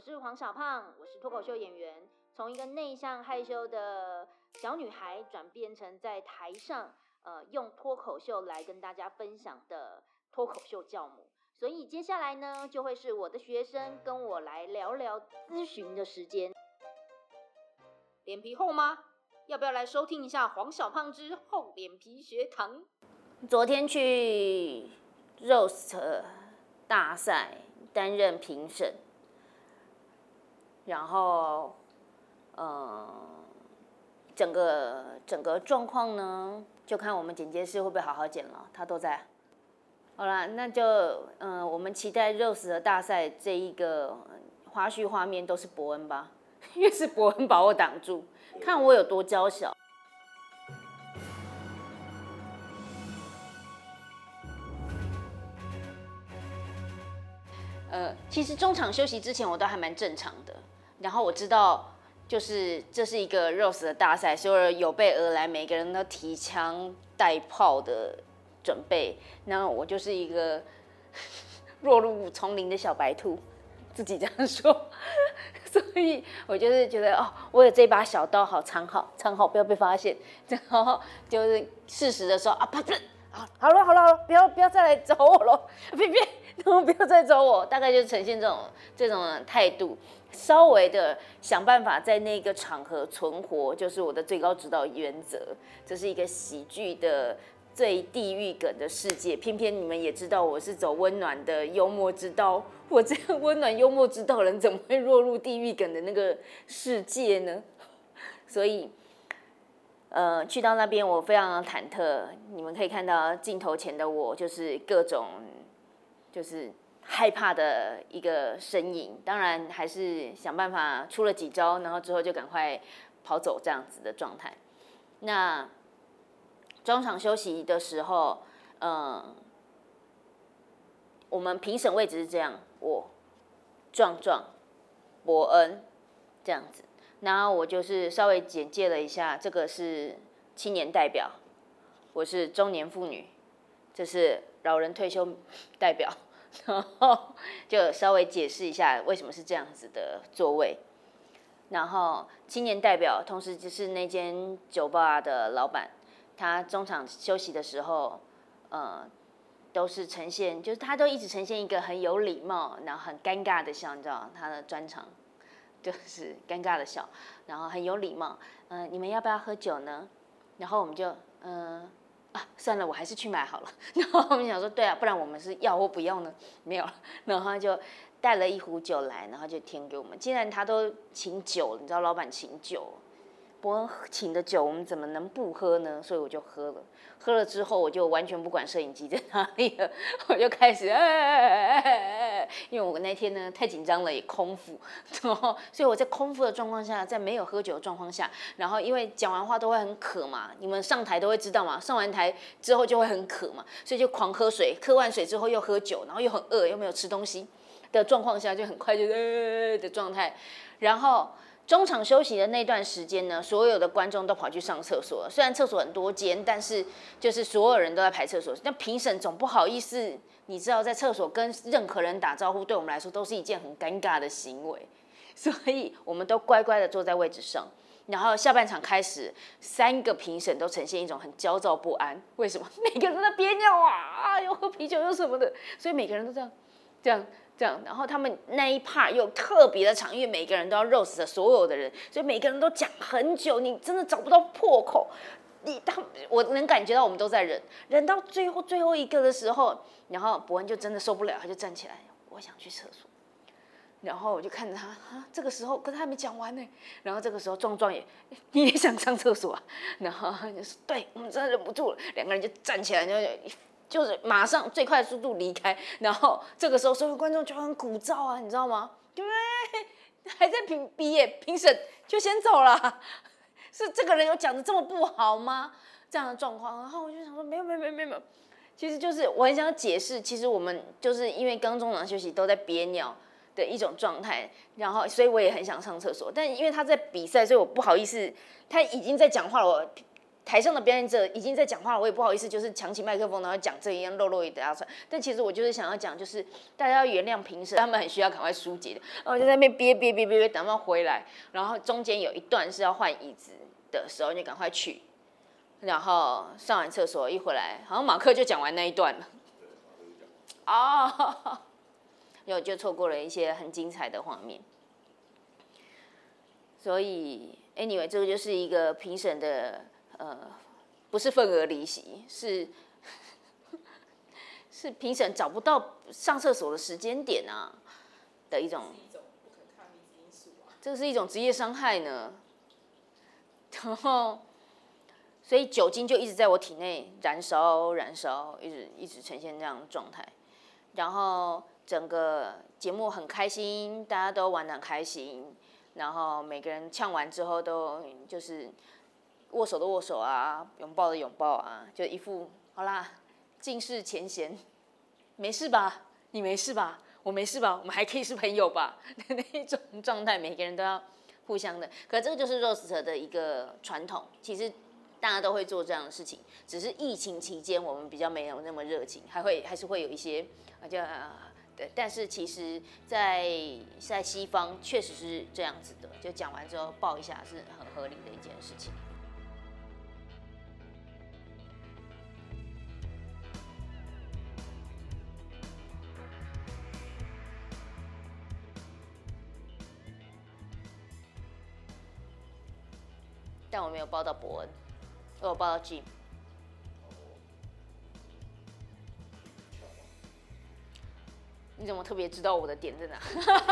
是黄小胖，我是脱口秀演员，从一个内向害羞的小女孩转变成在台上用脱口秀来跟大家分享的脱口秀教母。所以接下来呢，就会是我的学生跟我来聊聊咨询的时间。脸皮厚吗？要不要来收听一下黄小胖之厚脸皮学堂？昨天去 roast 大赛担任评审，然后整个状况呢，就看我们剪接师会不会好好剪了，他都在。好啦，那就我们期待 roast 的大赛这一个花絮画面都是伯恩吧，因为是伯恩把我挡住，看我有多娇小。其实中场休息之前我都还蛮正常的，然后我知道就是这是一个 roast 的大赛，所有人有备而来，每个人都提枪带炮的准备，那我就是一个落入丛林的小白兔，自己这样说，所以我就是觉得我有这把小刀，好藏好，不要被发现，然后就是适时的说啪，好了，不要再来找我了，别，不要再找我，大概就呈现这种态度，稍微的想办法在那个场合存活，就是我的最高指导原则。这是一个喜剧的最地狱梗的世界，偏偏你们也知道我是走温暖的幽默之道，我这样温暖幽默之道的人怎么会落入地狱梗的那个世界呢？所以去到那边我非常的忐忑，你们可以看到镜头前的我就是各种就是害怕的一个身影，当然还是想办法出了几招，然后之后就赶快跑走这样子的状态。那中场休息的时候，我们评审位置是这样，我、壮、伯恩这样子。然后我就是稍微简介了一下，这个是青年代表，我是中年妇女，这是老人退休代表，然后就稍微解释一下为什么是这样子的座位。然后青年代表同时就是那间酒吧的老板，他中场休息的时候，都是呈现，就是他都一直呈现一个很有礼貌，然后很尴尬的笑，你知道他的专场。就是尴尬的笑，然后很有礼貌。你们要不要喝酒呢？然后我们就算了，我还是去买好了。然后我们想说，对啊，不然我们是要或不要呢？没有了。然后他就带了一壶酒来，然后就添给我们。既然他都请酒，你知道老板请酒，伯恩请的酒，我们怎么能不喝呢？所以我就喝了。喝了之后，我就完全不管摄影机在哪里了，我就开始因为我那天呢太紧张了，也空腹，然后所以我在空腹的状况下，在没有喝酒的状况下，然后因为讲完话都会很渴嘛，你们上台都会知道嘛，上完台之后就会很渴嘛，所以就狂喝水，喝完水之后又喝酒，然后又很饿，又没有吃东西的状况下，就很快就的状态，然后。中场休息的那段时间呢，所有的观众都跑去上厕所了。虽然厕所很多间，但是就是所有人都在排厕所。那评审总不好意思，你知道，在厕所跟任何人打招呼，对我们来说都是一件很尴尬的行为，所以我们都乖乖的坐在位置上。然后下半场开始，3个评审都呈现一种很焦躁不安。为什么？每个人都在憋尿又喝啤酒又什么的，所以每个人都这样，然后他们那一 part 又特别的长，因为每个人都要 roast 所有的人，所以每个人都讲很久，你真的找不到破口。我能感觉到我们都在忍到最后一个的时候，然后伯恩就真的受不了，他就站起来，我想去厕所。然后我就看着他，这个时候可是还没讲完呢。然后这个时候壮你也想上厕所啊？然后就说对，我们真的忍不住了，2个人就站起来，就是马上最快的速度离开，然后这个时候所有观众就很鼓噪啊，你知道吗？对不对？还在评审就先走了，是这个人有讲的这么不好吗？这样的状况，然后我就想说没有，其实就是我很想解释，其实我们就是因为刚中场休息都在憋尿的一种状态，然后所以我也很想上厕所，但因为他在比赛，所以我不好意思，他已经在讲话了，我台上的表演者已经在讲话了，我也不好意思，就是抢起麦克风，然后讲这一样漏一大串。但其实我就是想要讲，就是大家要原谅评审，他们很需要赶快疏解的。然后就在那边憋，等他们回来，然后中间有一段是要换椅子的时候，你赶快去。然后上完厕所一回来，好像马克就讲完那一段了。哦，就错过了一些很精彩的画面。所以 anyway， 这个就是一个评审的不是份额离席，是评审找不到上厕所的时间点啊的一种，这是一种职业伤害呢。然后，所以酒精就一直在我体内燃烧，一直呈现这样的状态。然后整个节目很开心，大家都玩得很开心。然后每个人唱完之后都就是握手的握手啊，拥抱的拥抱啊，就一副好啦，尽释前嫌，没事吧？你没事吧？我没事吧？我们还可以是朋友吧？那一种状态，每个人都要互相的。可这个就是 roast 的一个传统，其实大家都会做这样的事情，只是疫情期间我们比较没有那么热情，还是会有一些对，但是其实在西方确实是这样子的，就讲完之后抱一下是很合理的一件事情。但我没有抱到伯恩，我有抱到 Jim。你怎么特别知道我的点在哪？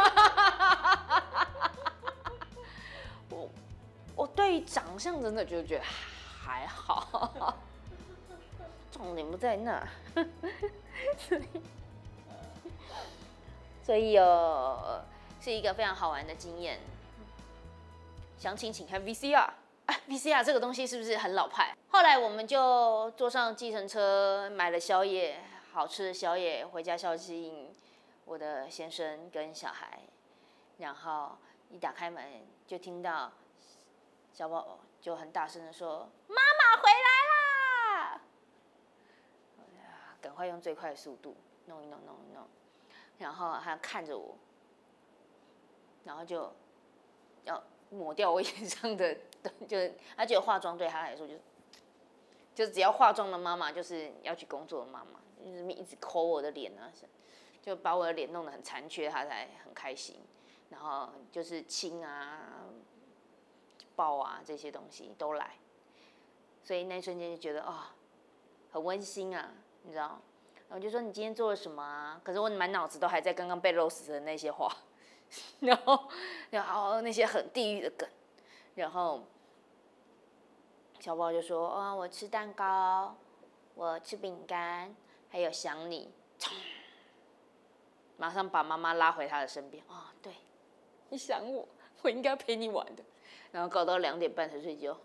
我对于长相真的就觉得还好，重点不在那。所以是一个非常好玩的经验。详情请看 VCR。VCR 这个东西是不是很老派？后来我们就坐上计程车，买了宵夜，好吃的宵夜，回家孝敬我的先生跟小孩。然后一打开门，就听到小宝就很大声的说：“妈妈回来啦！”赶快用最快的速度弄一弄，然后他看着我，然后就要抹掉我眼上的，就是他觉得化妆对他来说就是只要化妆的妈妈就是要去工作的妈妈，一直抠我的脸啊，就把我的脸弄得很残缺，他才很开心。然后就是亲啊、抱啊这些东西都来，所以那一瞬間就觉得很温馨啊，你知道？然后就说你今天做了什么啊？可是我满脑子都还在刚刚被 roast 的那些话，然后那些很地狱的梗，然后小宝就说我吃蛋糕，我吃饼干，还有想你，马上把妈妈拉回他的身边。对，你想我，我应该陪你玩的，然后搞到2点半才睡觉。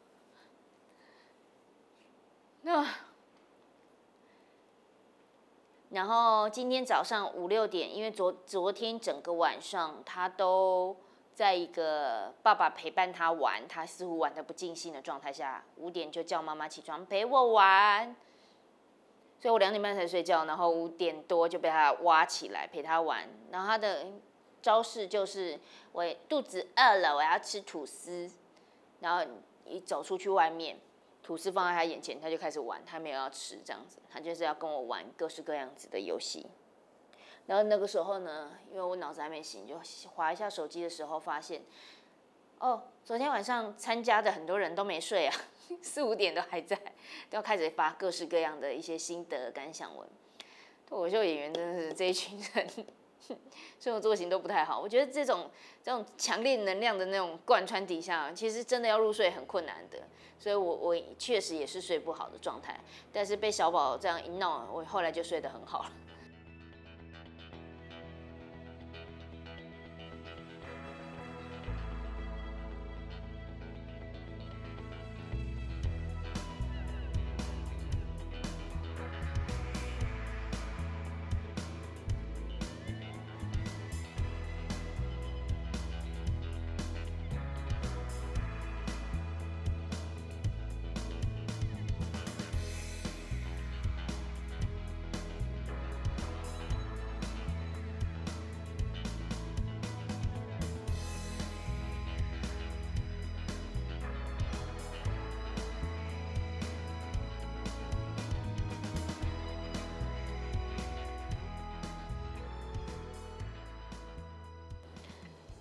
然后今天早上5、6点，因为昨天整个晚上他都在一个爸爸陪伴他玩，他似乎玩得不尽兴的状态下，5点就叫妈妈起床陪我玩，所以我2点半才睡觉，然后5点多就被他挖起来陪他玩。然后他的招式就是我肚子饿了，我要吃吐司，然后一走出去外面。吐司放在他眼前，他就开始玩，他没有要吃这样子，他就是要跟我玩各式各样子的游戏。然后那个时候呢，因为我脑子还没醒，就滑一下手机的时候发现，昨天晚上参加的很多人都没睡啊，4、5点都还在，都要开始发各式各样的一些心得感想文。脱口秀演员真的是这一群人生活作息都不太好，我觉得这种强烈能量的那种贯穿底下，其实真的要入睡很困难的，所以我确实也是睡不好的状态，但是被小宝这样一闹，我后来就睡得很好了。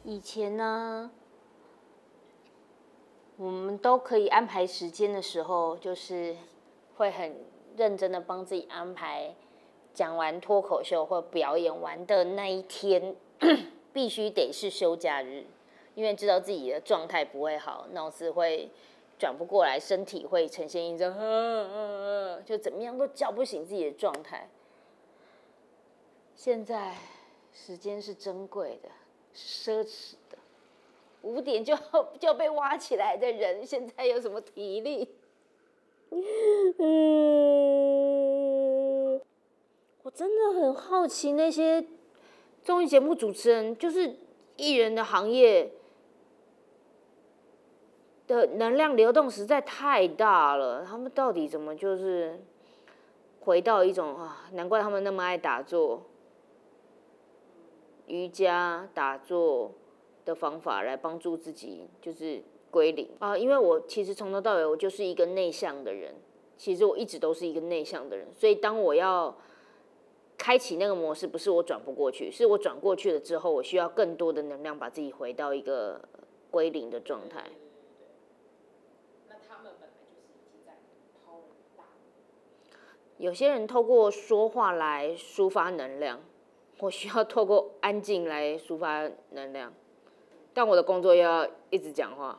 以前呢，我们都可以安排时间的时候，就是会很认真的帮自己安排，讲完脱口秀或表演完的那一天，必须得是休假日，因为知道自己的状态不会好，脑子会转不过来，身体会呈现一种就怎么样都叫不醒自己的状态。现在时间是珍贵的，是奢侈的。5点就被挖起来的人，现在有什么体力？我真的很好奇那些综艺节目主持人，就是艺人的行业的能量流动实在太大了，他们到底怎么就是回到一种难怪他们那么爱打坐、瑜伽、打坐的方法来帮助自己，就是归零因为我其实从头到尾我就是一个内向的人，其实我一直都是一个内向的人，所以当我要开启那个模式，不是我转不过去，是我转过去了之后，我需要更多的能量把自己回到一个归零的状态。 那他们本来就是已经在抛很大。 有些人透过说话来抒发能量，我需要透过安静来抒发能量，但我的工作又要一直讲话。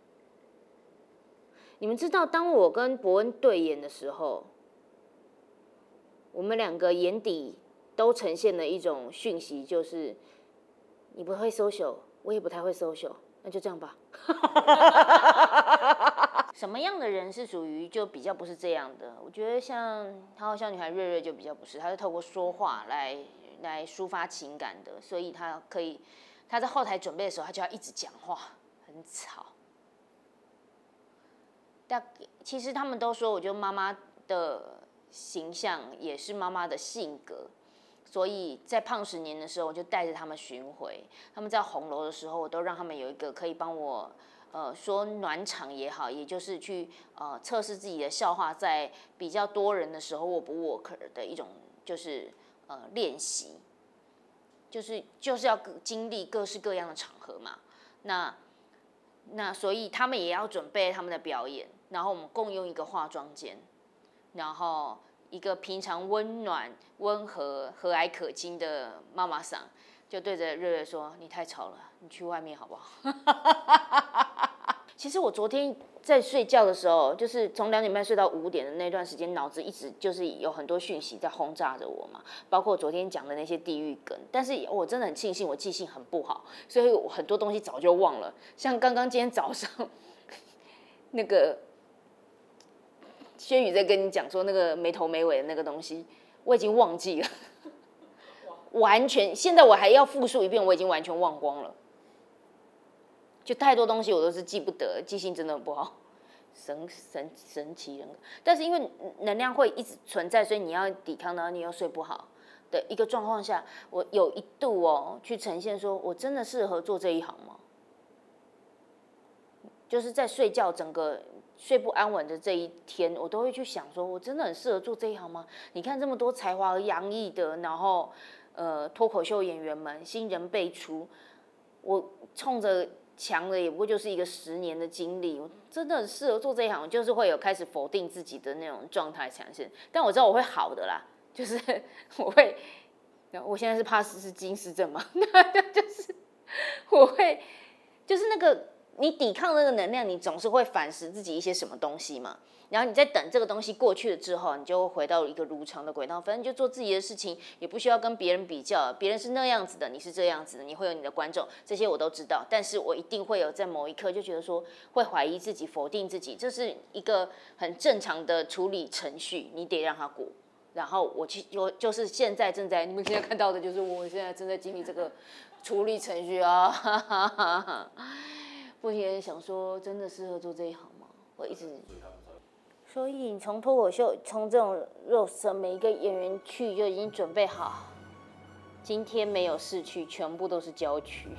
你们知道，当我跟伯恩对演的时候，我们2个眼底都呈现了一种讯息，就是你不会 social， 我也不太会 social， 那就这样吧。什么样的人是属于就比较不是这样的？我觉得像好像女孩瑞瑞就比较不是，她是透过说话来抒发情感的，所以她在后台准备的时候，她就要一直讲话，很吵。但其实他们都说，我觉得妈妈的形象也是妈妈的性格，所以在胖10年的时候，我就带着他们巡回。他们在红楼的时候，我都让他们有一个可以帮我说暖场也好，也就是去测试自己的笑话，在比较多人的时候work 不 work 的一种就是练习，就是要经历各式各样的场合嘛。那所以他们也要准备他们的表演，然后我们共用一个化妆间，然后一个平常温暖、温和、和蔼可亲的妈妈桑，就对着瑞瑞说：“你太吵了，你去外面好不好？”其实我昨天在睡觉的时候，就是从2点半睡到5点的那段时间，脑子一直就是有很多讯息在轰炸着我嘛，包括我昨天讲的那些地狱梗。但是我真的很庆幸我记性很不好，所以我很多东西早就忘了。像刚刚今天早上那个轩宇在跟你讲说那个没头没尾的那个东西，我已经忘记了，完全。现在我还要复述一遍，我已经完全忘光了。就太多东西我都是记不得，记性真的很不好，神奇人格。但是因为能量会一直存在，所以你要抵抗，然后你又睡不好的一个状况下，我有一度去呈现说，我真的适合做这一行吗？就是在睡觉整个睡不安稳的这一天，我都会去想说，我真的很适合做这一行吗？你看这么多才华洋溢的，然后脱口秀演员们新人辈出，我冲着强的也不过就是一个10年的经历，我真的很适合做这一行，就是会有开始否定自己的那种状态产生。但我知道我会好的啦，就是我现在是帕斯氏金氏症嘛，就是我会，就是那个你抵抗那个能量，你总是会反噬自己一些什么东西嘛。然后你在等这个东西过去了之后，你就回到一个如常的轨道，反正就做自己的事情，也不需要跟别人比较，别人是那样子的，你是这样子的，你会有你的观众，这些我都知道。但是我一定会有在某一刻就觉得说，会怀疑自己、否定自己，这是一个很正常的处理程序，你得让它过。然后我就是现在你们现在看到的就是我现在正在经历这个处理程序啊。不也想说，真的适合做这一行吗？我一直。所以你从脱口秀，从这种roast，每一个演员去就已经准备好，今天没有市区，全部都是郊区。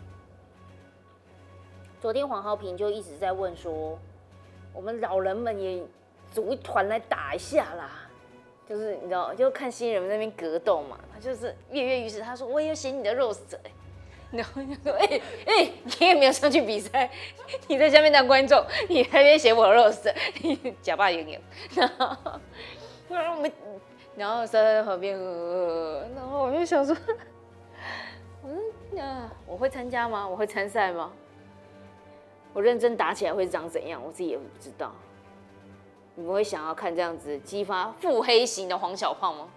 昨天黄豪平就一直在问说，我们老人们也组一团来打一下啦，就是你知道，就看新人们那边格斗嘛，他就是跃跃欲试。他说我也有写你的roast， 然后就说你也没有上去比赛，你在下面当观众，你在那边写我的 roast， 你假扮演员，然后在旁边然后我就想说，我会参加吗？我会参赛吗？我认真打起来会长怎样？我自己也不知道。你们会想要看这样子激发腹黑型的黄小胖吗？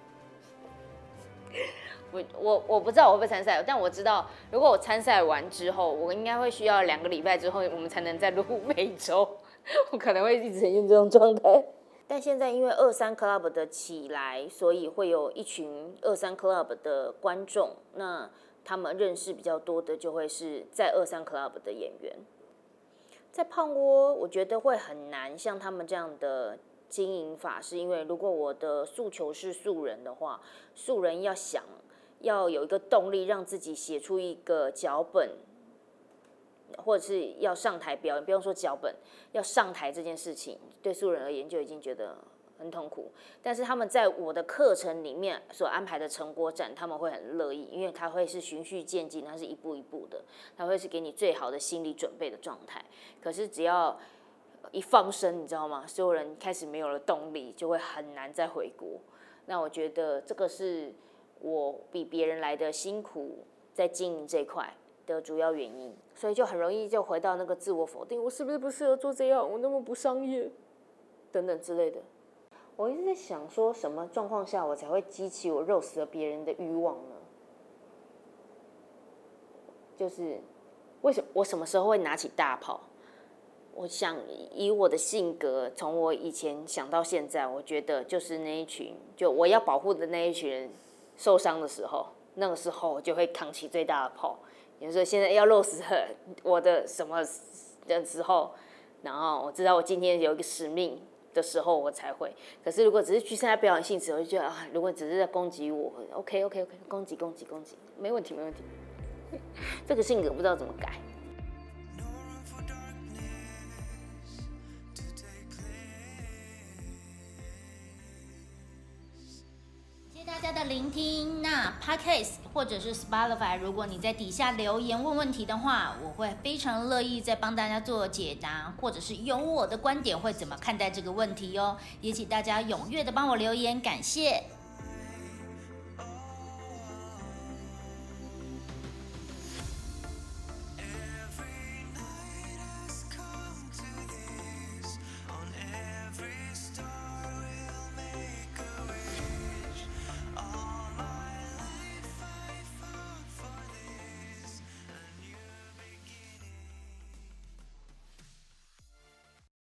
我不知道我会不会参赛，但我知道如果我参赛完之后，我应该会需要2个礼拜之后，我们才能再录每周。我可能会一直呈现这种状态。但现在因为23 Club 的起来，所以会有一群23 Club 的观众，那他们认识比较多的就会是在23 Club 的演员。在胖窝，我觉得会很难像他们这样的经营法，是因为如果我的诉求是素人的话，素人要有一个动力，让自己写出一个脚本，或者是要上台表演，不用说脚本，要上台这件事情，对素人而言就已经觉得很痛苦。但是他们在我的课程里面所安排的成果展，他们会很乐意，因为它会是循序渐进，它是一步一步的，它会是给你最好的心理准备的状态。可是只要一放生，你知道吗？所有人开始没有了动力，就会很难再回国。那我觉得这个是我比别人来的辛苦在经营这块的主要原因，所以就很容易就回到那个自我否定，我是不是不适合做这样？我那么不商业，等等之类的。我一直在想说，什么状况下我才会激起我肉死了别人的欲望呢？就是我什么时候会拿起大炮？我想以我的性格，从我以前想到现在，我觉得就是那一群，就我要保护的那一群人受伤的时候，那个时候我就会扛起最大的炮。比如说现在要肉死我的什么的时候，然后我知道我今天有一个使命的时候，我才会。可是如果只是去参加表演性质，我就觉得如果只是在攻击我 ，OK， 攻击，没问题。这个性格不知道怎么改。 谢谢大家的聆听。那 Podcast 或者是 Spotify， 如果你在底下留言问问题的话，我会非常乐意再帮大家做解答，或者是用我的观点会怎么看待这个问题哦。也请大家踊跃的帮我留言，感谢。